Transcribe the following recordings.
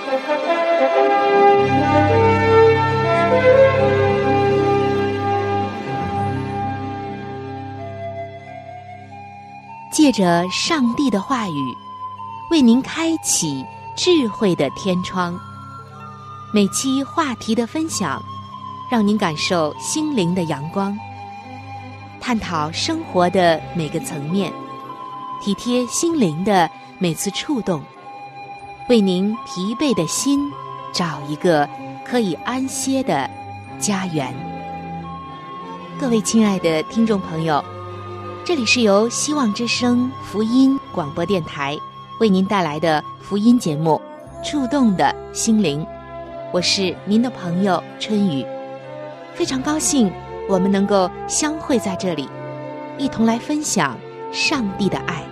借着上帝的话语，为您开启智慧的天窗。每期话题的分享，让您感受心灵的阳光，探讨生活的每个层面，体贴心灵的每次触动，为您疲惫的心找一个可以安歇的家园。各位亲爱的听众朋友，这里是由希望之声福音广播电台为您带来的福音节目《触动的心灵》，我是您的朋友春雨，非常高兴我们能够相会在这里，一同来分享上帝的爱。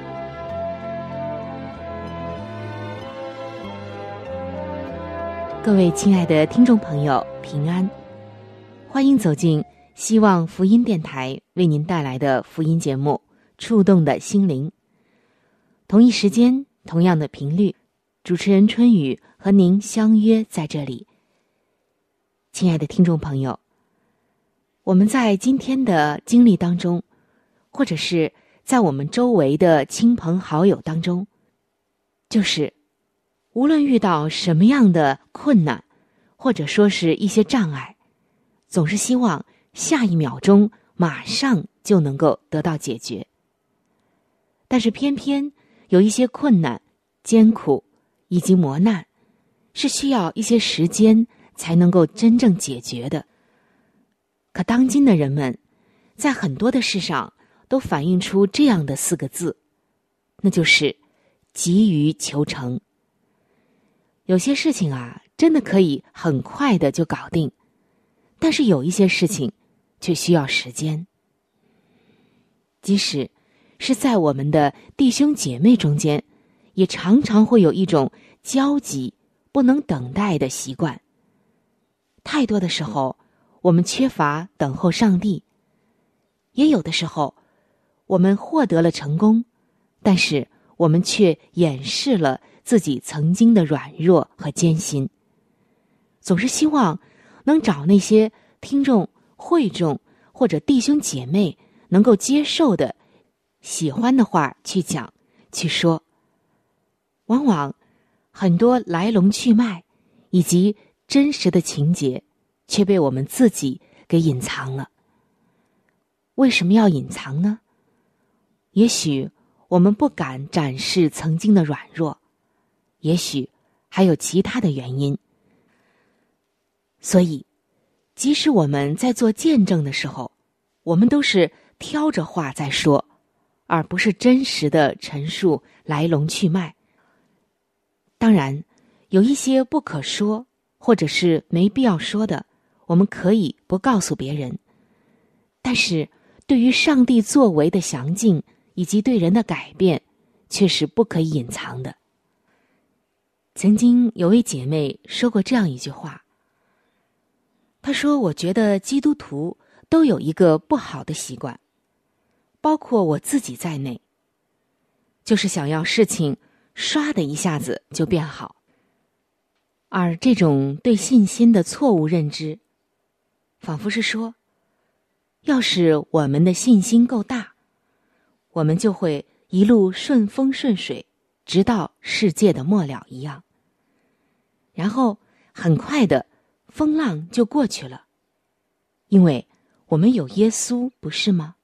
各位亲爱的听众朋友，平安，欢迎走进希望福音电台为您带来的福音节目《触动的心灵》。同一时间，同样的频率，主持人春雨和您相约在这里。亲爱的听众朋友，我们在今天的经历当中，或者是在我们周围的亲朋好友当中，就是无论遇到什么样的困难，或者说是一些障碍，总是希望下一秒钟马上就能够得到解决。但是偏偏有一些困难、艰苦以及磨难，是需要一些时间才能够真正解决的。可当今的人们，在很多的事上都反映出这样的4个字，那就是急于求成。有些事情啊，真的可以很快的就搞定，但是有一些事情却需要时间。即使是在我们的弟兄姐妹中间，也常常会有一种焦急不能等待的习惯。太多的时候，我们缺乏等候上帝，也有的时候我们获得了成功，但是我们却掩饰了自己曾经的软弱和艰辛，总是希望能找那些听众、会众或者弟兄姐妹能够接受的、喜欢的话去讲、去说。往往很多来龙去脉以及真实的情节却被我们自己给隐藏了。为什么要隐藏呢？也许我们不敢展示曾经的软弱，也许还有其他的原因。所以即使我们在做见证的时候，我们都是挑着话在说，而不是真实的陈述来龙去脉。当然，有一些不可说或者是没必要说的，我们可以不告诉别人。但是对于上帝作为的详尽以及对人的改变，却是不可以隐藏的。曾经有位姐妹说过这样一句话，她说，我觉得基督徒都有一个不好的习惯，包括我自己在内，就是想要事情唰的一下子就变好。而这种对信心的错误认知，仿佛是说，要是我们的信心够大，我们就会一路顺风顺水，直到世界的末了一样。然后很快的风浪就过去了，因为我们有耶稣，不是吗？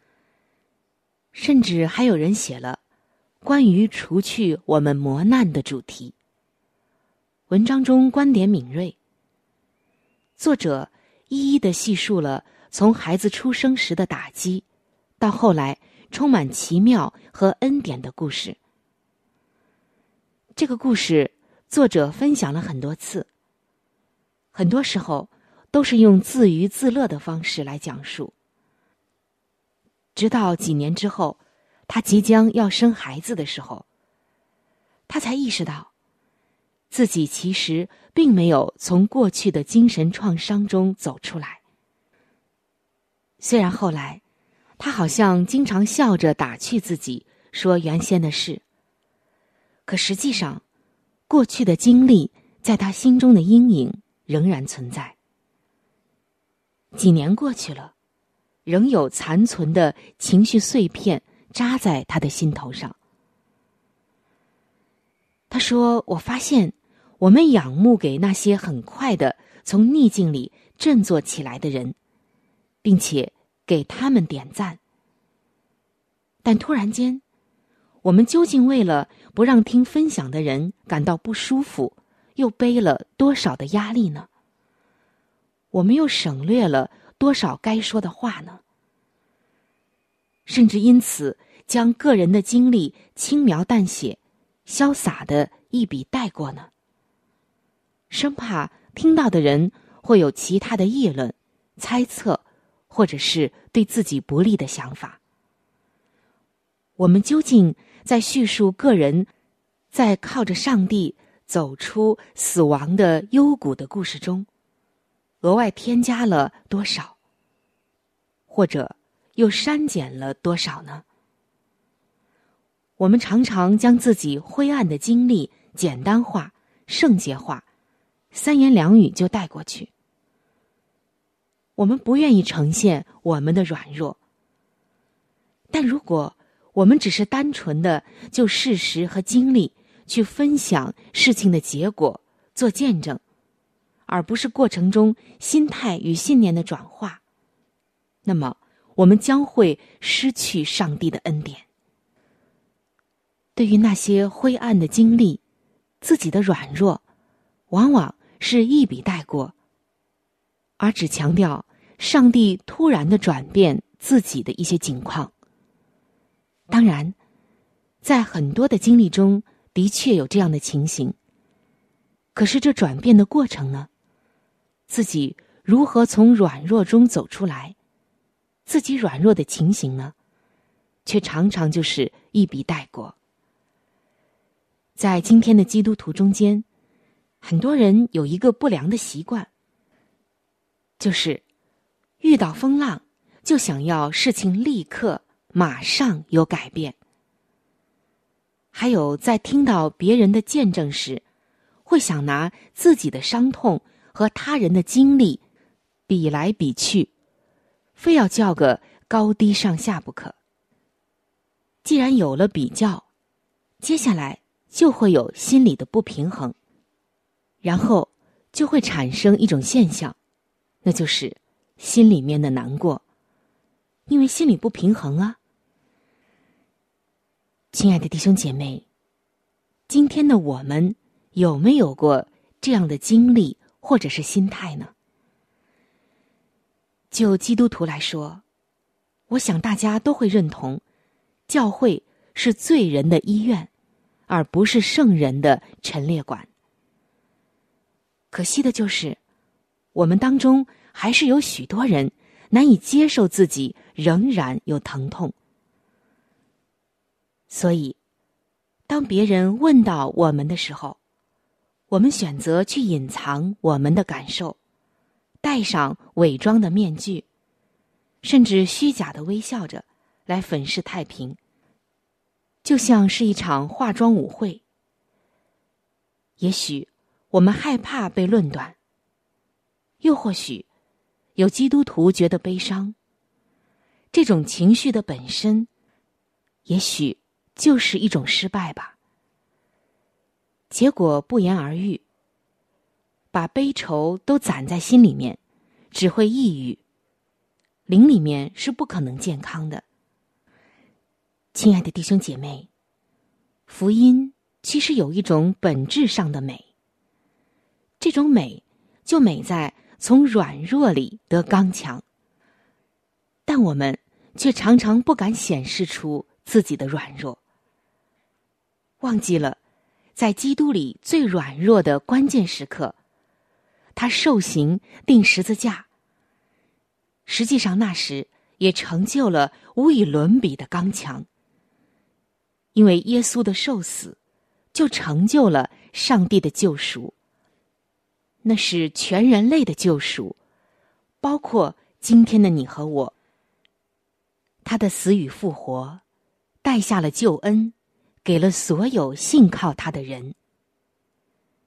甚至还有人写了关于除去我们磨难的主题。文章中观点敏锐，作者一一地细述了从孩子出生时的打击，到后来充满奇妙和恩典的故事。这个故事作者分享了很多次，很多时候都是用自娱自乐的方式来讲述。直到几年之后，他即将要生孩子的时候，他才意识到自己其实并没有从过去的精神创伤中走出来。虽然后来他好像经常笑着打趣自己，说原先的事，可实际上过去的经历在他心中的阴影仍然存在。几年过去了，仍有残存的情绪碎片扎在他的心头上。他说，我发现我们仰慕给那些很快的从逆境里振作起来的人，并且给他们点赞。但突然间，我们究竟为了不让听分享的人感到不舒服，又背了多少的压力呢？我们又省略了多少该说的话呢？甚至因此将个人的经历轻描淡写、潇洒的一笔带过呢？生怕听到的人会有其他的议论、猜测，或者是对自己不利的想法。我们究竟在叙述个人在靠着上帝走出死亡的幽谷的故事中，额外添加了多少，或者又删减了多少呢？我们常常将自己灰暗的经历简单化、圣洁化，三言两语就带过去。我们不愿意呈现我们的软弱，但如果我们只是单纯的就事实和经历去分享事情的结果，做见证，而不是过程中心态与信念的转化，那么我们将会失去上帝的恩典。对于那些灰暗的经历，自己的软弱往往是一笔带过，而只强调上帝突然的转变自己的一些境况。当然，在很多的经历中的确有这样的情形，可是这转变的过程呢？自己如何从软弱中走出来？自己软弱的情形呢？却常常就是一笔带过。在今天的基督徒中间，很多人有一个不良的习惯，就是遇到风浪就想要事情立刻马上有改变。还有在听到别人的见证时，会想拿自己的伤痛和他人的经历比来比去，非要较个高低上下不可。既然有了比较，接下来就会有心理的不平衡，然后就会产生一种现象，那就是心里面的难过，因为心理不平衡啊。亲爱的弟兄姐妹，今天的我们有没有过这样的经历或者是心态呢？就基督徒来说，我想大家都会认同，教会是罪人的医院，而不是圣人的陈列馆。可惜的就是，我们当中还是有许多人难以接受自己仍然有疼痛。所以，当别人问到我们的时候，我们选择去隐藏我们的感受，戴上伪装的面具，甚至虚假的微笑着来粉饰太平，就像是一场化妆舞会。也许我们害怕被论断，又或许有基督徒觉得悲伤。这种情绪的本身，也许就是一种失败吧。结果不言而喻，把悲愁都攒在心里面，只会抑郁，灵里面是不可能健康的。亲爱的弟兄姐妹，福音其实有一种本质上的美，这种美就美在从软弱里得刚强，但我们却常常不敢显示出自己的软弱，忘记了在基督里最软弱的关键时刻，他受刑钉十字架，实际上那时也成就了无与伦比的刚强。因为耶稣的受死就成就了上帝的救赎，那是全人类的救赎，包括今天的你和我。他的死与复活带下了救恩，给了所有信靠他的人。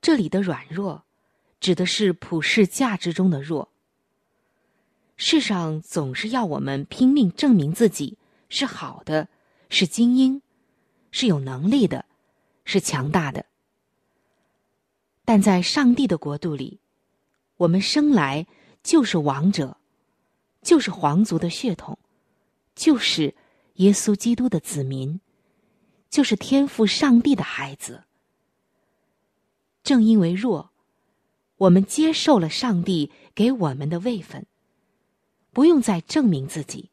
这里的软弱指的是普世价值中的弱。世上总是要我们拼命证明自己是好的，是精英，是有能力的，是强大的。但在上帝的国度里，我们生来就是王者，就是皇族的血统，就是耶稣基督的子民，就是天父上帝的孩子。正因为弱，我们接受了上帝给我们的位分，不用再证明自己。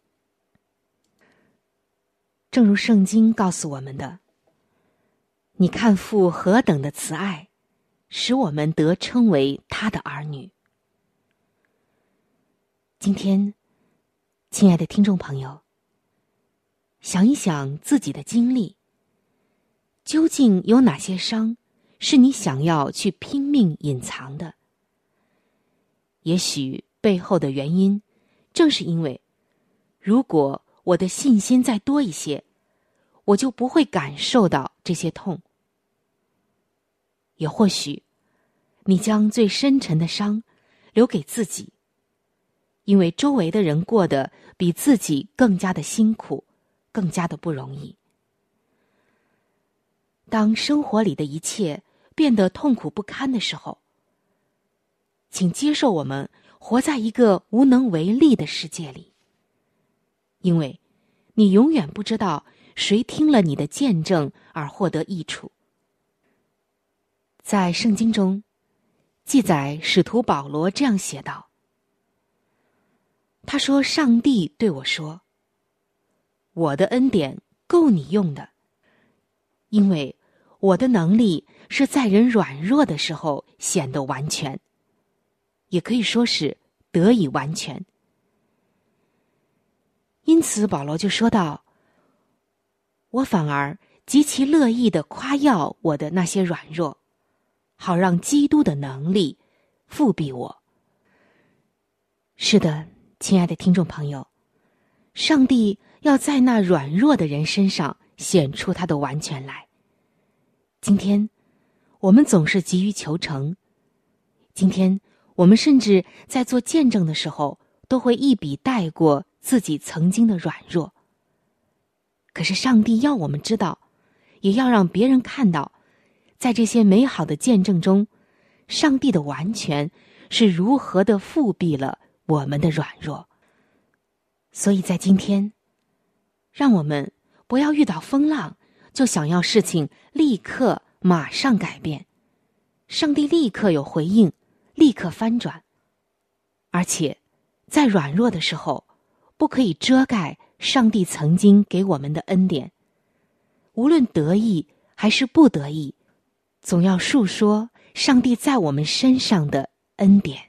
正如圣经告诉我们的，你看父何等的慈爱，使我们得称为他的儿女。今天，亲爱的听众朋友，想一想自己的经历，究竟有哪些伤是你想要去拼命隐藏的？也许背后的原因正是因为，如果我的信心再多一些，我就不会感受到这些痛。也或许你将最深沉的伤留给自己，因为周围的人过得比自己更加的辛苦，更加的不容易。当生活里的一切变得痛苦不堪的时候，请接受我们活在一个无能为力的世界里，因为你永远不知道谁听了你的见证而获得益处。在圣经中记载，使徒保罗这样写道，他说，上帝对我说，我的恩典够你用的，因为我的能力是在人软弱的时候显得完全，也可以说是得以完全。因此保罗就说道，我反而极其乐意地夸耀我的那些软弱，好让基督的能力复庇我。是的，亲爱的听众朋友，上帝要在那软弱的人身上显出他的完全来。今天我们总是急于求成，今天我们甚至在做见证的时候都会一笔带过自己曾经的软弱。可是上帝要我们知道，也要让别人看到，在这些美好的见证中，上帝的完全是如何的复庇了我们的软弱。所以在今天，让我们不要遇到风浪就想要事情立刻马上改变，上帝立刻有回应，立刻翻转。而且在软弱的时候，不可以遮盖上帝曾经给我们的恩典，无论得意还是不得意，总要述说上帝在我们身上的恩典。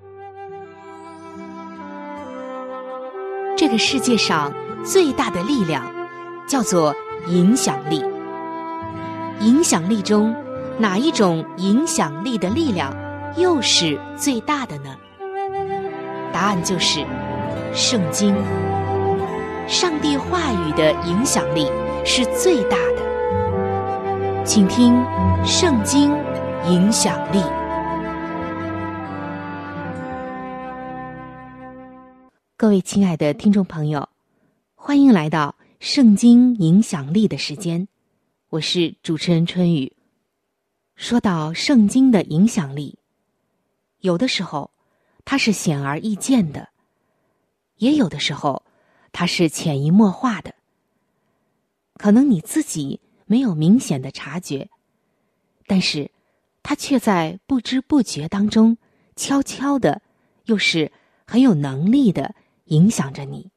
这个世界上最大的力量叫做影响力。影响力中哪一种影响力的力量又是最大的呢？答案就是圣经。上帝话语的影响力是最大的。请听圣经影响力。各位亲爱的听众朋友，欢迎来到圣经影响力的时间，我是主持人春雨。说到圣经的影响力，有的时候它是显而易见的，也有的时候它是潜移默化的，可能你自己没有明显的察觉，但是它却在不知不觉当中悄悄的，又是很有能力的影响着你。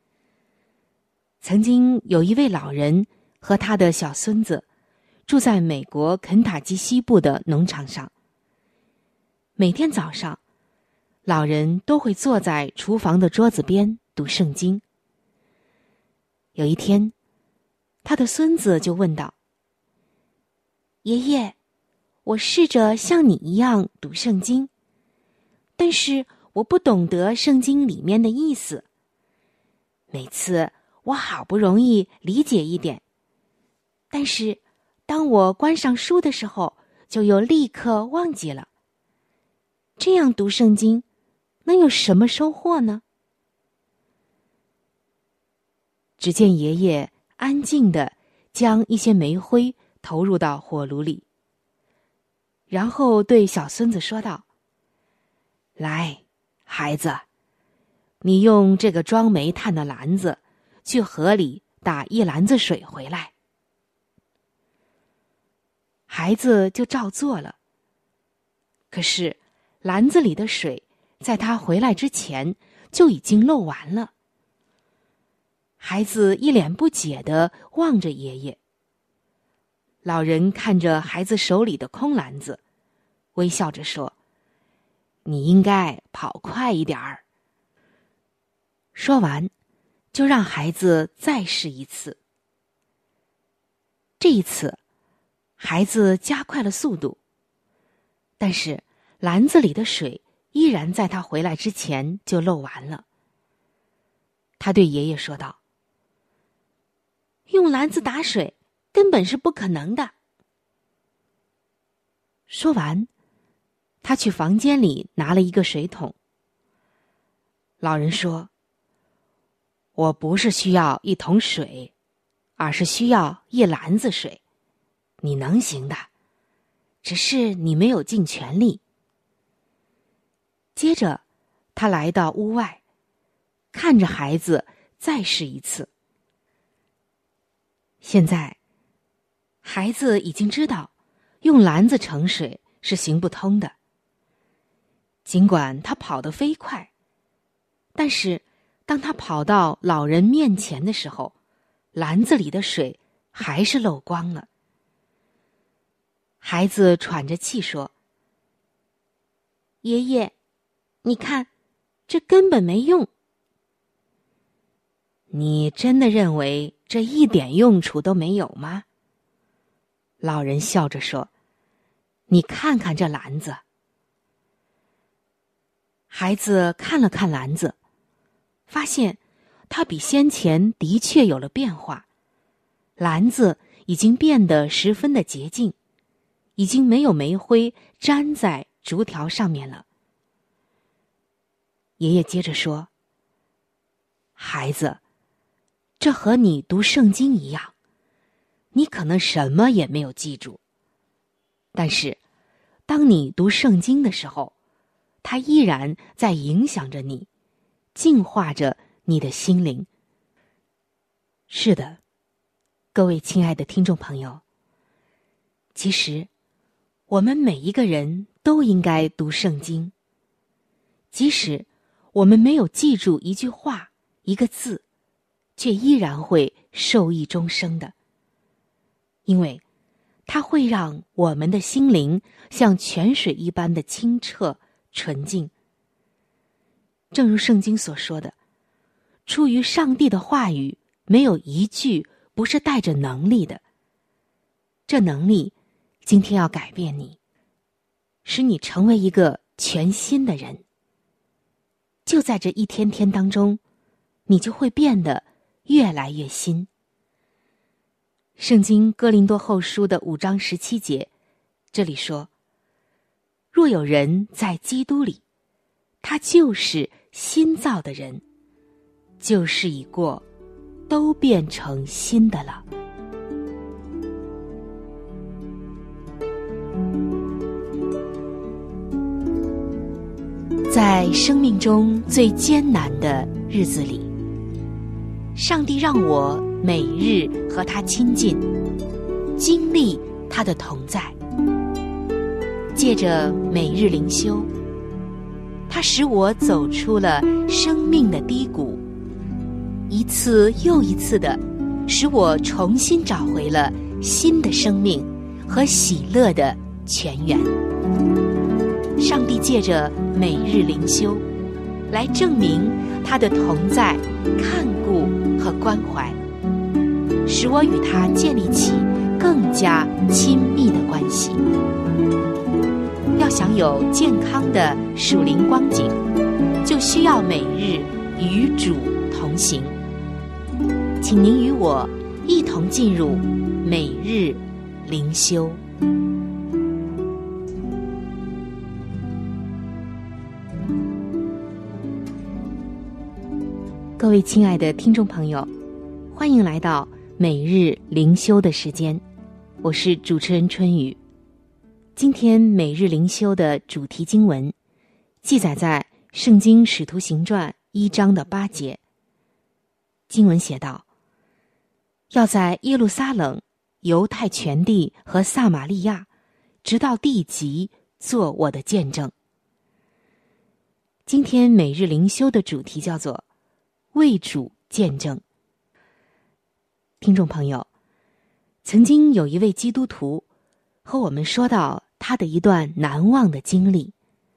曾经有一位老人和他的小孙子住在美国肯塔基西部的农场上。每天早上，老人都会坐在厨房的桌子边读圣经。有一天，他的孙子就问道：爷爷，我试着像你一样读圣经，但是我不懂得圣经里面的意思。每次我好不容易理解一点，但是当我关上书的时候， 就又立刻忘记了。这样读圣经，能有什么收获呢？只见爷爷安静地将一些煤灰投入到火炉里，然后对小孙子说道：“来，孩子，你用这个装煤炭的篮子去河里打一篮子水回来。”孩子就照做了。可是篮子里的水在他回来之前就已经漏完了。孩子一脸不解地望着爷爷。老人看着孩子手里的空篮子，微笑着说：“你应该跑快一点儿。”说完，就让孩子再试一次。这一次，孩子加快了速度，但是篮子里的水依然在他回来之前就漏完了。他对爷爷说道：“用篮子打水根本是不可能的。”说完，他去房间里拿了一个水桶。老人说：“我不是需要一桶水，而是需要一篮子水。你能行的，只是你没有尽全力。”接着，他来到屋外，看着孩子再试一次。现在，孩子已经知道用篮子盛水是行不通的。尽管他跑得飞快，但是当他跑到老人面前的时候，篮子里的水还是漏光了。孩子喘着气说：“爷爷，你看，这根本没用。”“你真的认为这一点用处都没有吗？”老人笑着说：“你看看这篮子。”孩子看了看篮子，发现它比先前的确有了变化，篮子已经变得十分的洁净，已经没有煤灰粘在竹条上面了。爷爷接着说：“孩子，这和你读圣经一样，你可能什么也没有记住，但是当你读圣经的时候，它依然在影响着你，净化着你的心灵。”是的，各位亲爱的听众朋友，其实我们每一个人都应该读圣经，即使我们没有记住一句话、一个字，却依然会受益终生的，因为它会让我们的心灵像泉水一般的清澈纯净。正如圣经所说的，出于上帝的话语，没有一句不是带着能力的。这能力今天要改变你，使你成为一个全新的人。就在这一天天当中，你就会变得越来越新。圣经哥林多后书的5章17节，这里说：“若有人在基督里，他就是新造的人，旧事已过，都变成新的了。”在生命中最艰难的日子里，上帝让我每日和他亲近，经历他的同在。借着每日灵修，他使我走出了生命的低谷，一次又一次的使我重新找回了新的生命和喜乐的泉源。上帝借着每日灵修来证明他的同在、看顾和关怀，使我与他建立起更加亲密的关系。要想有健康的属灵光景，就需要每日与主同行。请您与我一同进入每日灵修。 各位亲爱的听众朋友，欢迎来到每日灵修的时间，我是主持人春雨。今天每日灵修的主题经文记载在圣经使徒行传1章的8节。经文写道：要在耶路撒冷、犹太全地和撒玛利亚，直到地极，做我的见证。今天每日灵修的主题叫做为主见证。听众朋友，曾经有一位基督徒和我们说到他的一段难忘的经历。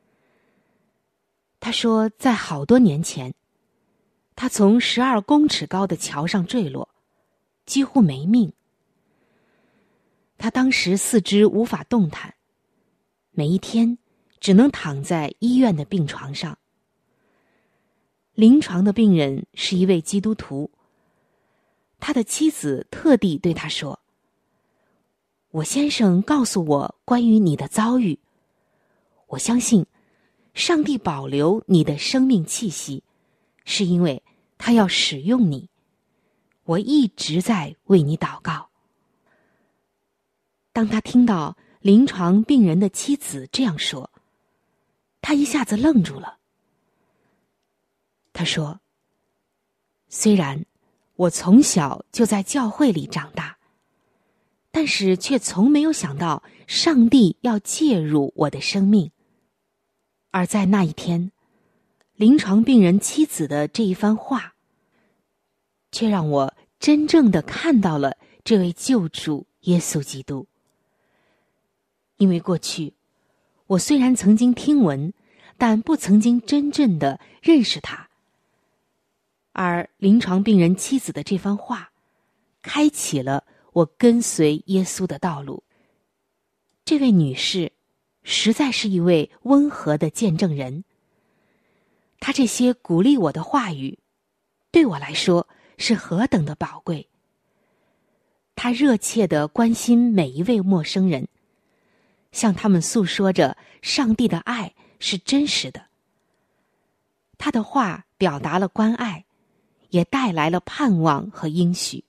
他说，在好多年前，他从12公尺高的桥上坠落，几乎没命。他当时四肢无法动弹，每一天只能躺在医院的病床上。临床的病人是一位基督徒，他的妻子特地对他说：我先生告诉我关于你的遭遇，我相信上帝保留你的生命气息，是因为他要使用你，我一直在为你祷告。当他听到临床病人的妻子这样说，他一下子愣住了。他说：虽然我从小就在教会里长大，但是却从没有想到上帝要介入我的生命。而在那一天，临床病人妻子的这一番话，却让我真正地看到了这位救主耶稣基督。因为过去，我虽然曾经听闻，但不曾经真正地认识他。而临床病人妻子的这番话，开启了我跟随耶稣的道路。这位女士实在是一位温和的见证人，她这些鼓励我的话语，对我来说是何等的宝贵。她热切地关心每一位陌生人，向他们诉说着上帝的爱是真实的。她的话表达了关爱，也带来了盼望和应许。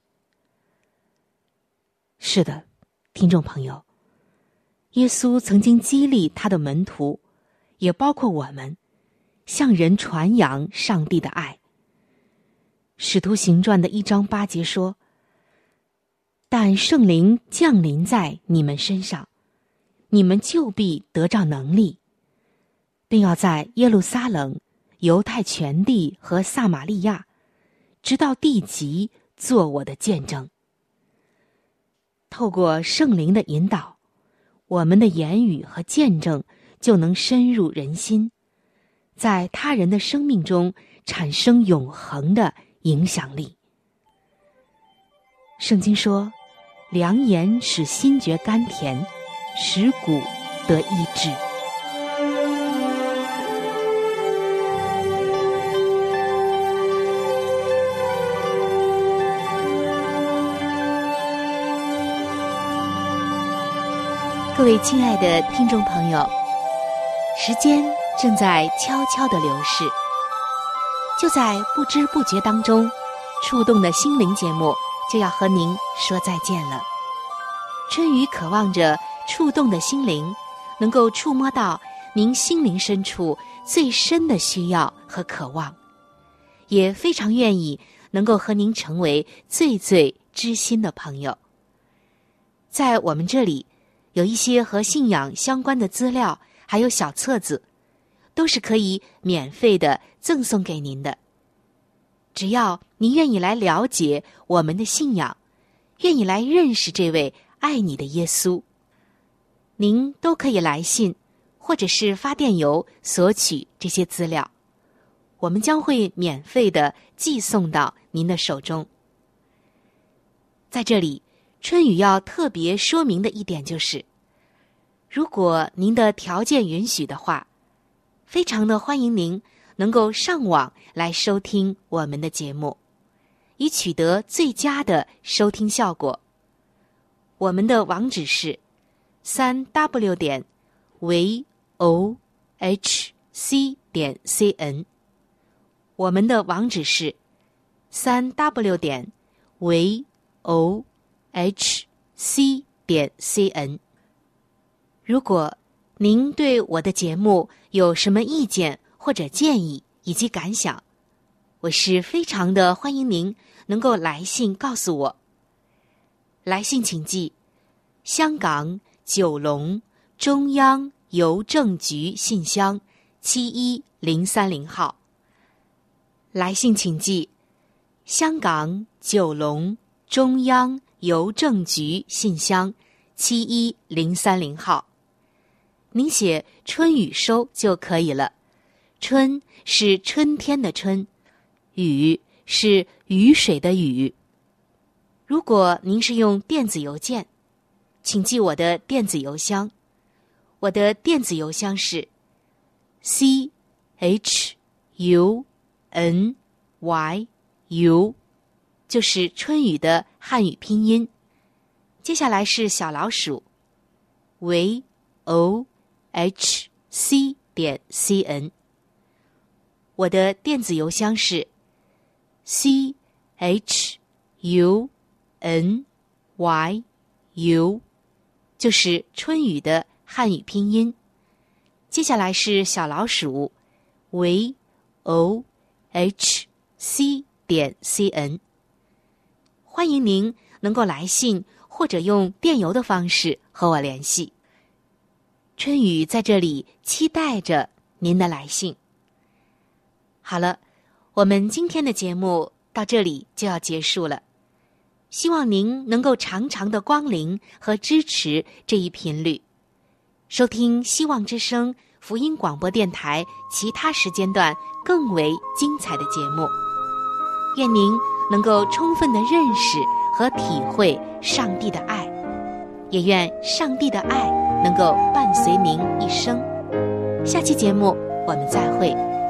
是的，听众朋友，耶稣曾经激励他的门徒，也包括我们，向人传扬上帝的爱。使徒行传的1章8节说：但圣灵降临在你们身上，你们就必得着能力，并要在耶路撒冷、犹太全地和撒玛利亚，直到地极，做我的见证。透过圣灵的引导，我们的言语和见证就能深入人心，在他人的生命中产生永恒的影响力。圣经说，良言使心觉甘甜，使骨得医治。各位亲爱的听众朋友，时间正在悄悄地流逝，就在不知不觉当中，触动的心灵节目就要和您说再见了。春雨渴望着触动的心灵能够触摸到您心灵深处最深的需要和渴望，也非常愿意能够和您成为最最知心的朋友。在我们这里有一些和信仰相关的资料，还有小册子，都是可以免费的赠送给您的。只要您愿意来了解我们的信仰，愿意来认识这位爱你的耶稣，您都可以来信或者是发电邮索取这些资料，我们将会免费的寄送到您的手中。在这里，春雨要特别说明的一点就是，如果您的条件允许的话，非常的欢迎您能够上网来收听我们的节目，以取得最佳的收听效果。我们的网址是 3w.vohc.cn， 我们的网址是 3w.vohc.cn。如果您对我的节目有什么意见或者建议以及感想，我是非常的欢迎您能够来信告诉我。来信请寄香港九龙中央邮政局信箱71030号。来信请寄香港九龙中央邮政局信箱71030号。您写春雨收就可以了。春是春天的春，雨是雨水的雨。如果您是用电子邮件，请记我的电子邮箱。我的电子邮箱是 CHUNYU， 就是春雨的汉语拼音。接下来是小老鼠 vohc.cn。 我的电子邮箱是 CHUNYU， 就是春雨的汉语拼音。接下来是小老鼠 vohc.cn。 欢迎您能够来信或者用电邮的方式和我联系。春雨在这里期待着您的来信。好了，我们今天的节目到这里就要结束了。希望您能够常常的光临和支持这一频率，收听希望之声福音广播电台其他时间段更为精彩的节目。愿您能够充分的认识和体会上帝的爱，也愿上帝的爱能够伴随您一生。下期节目我们再会。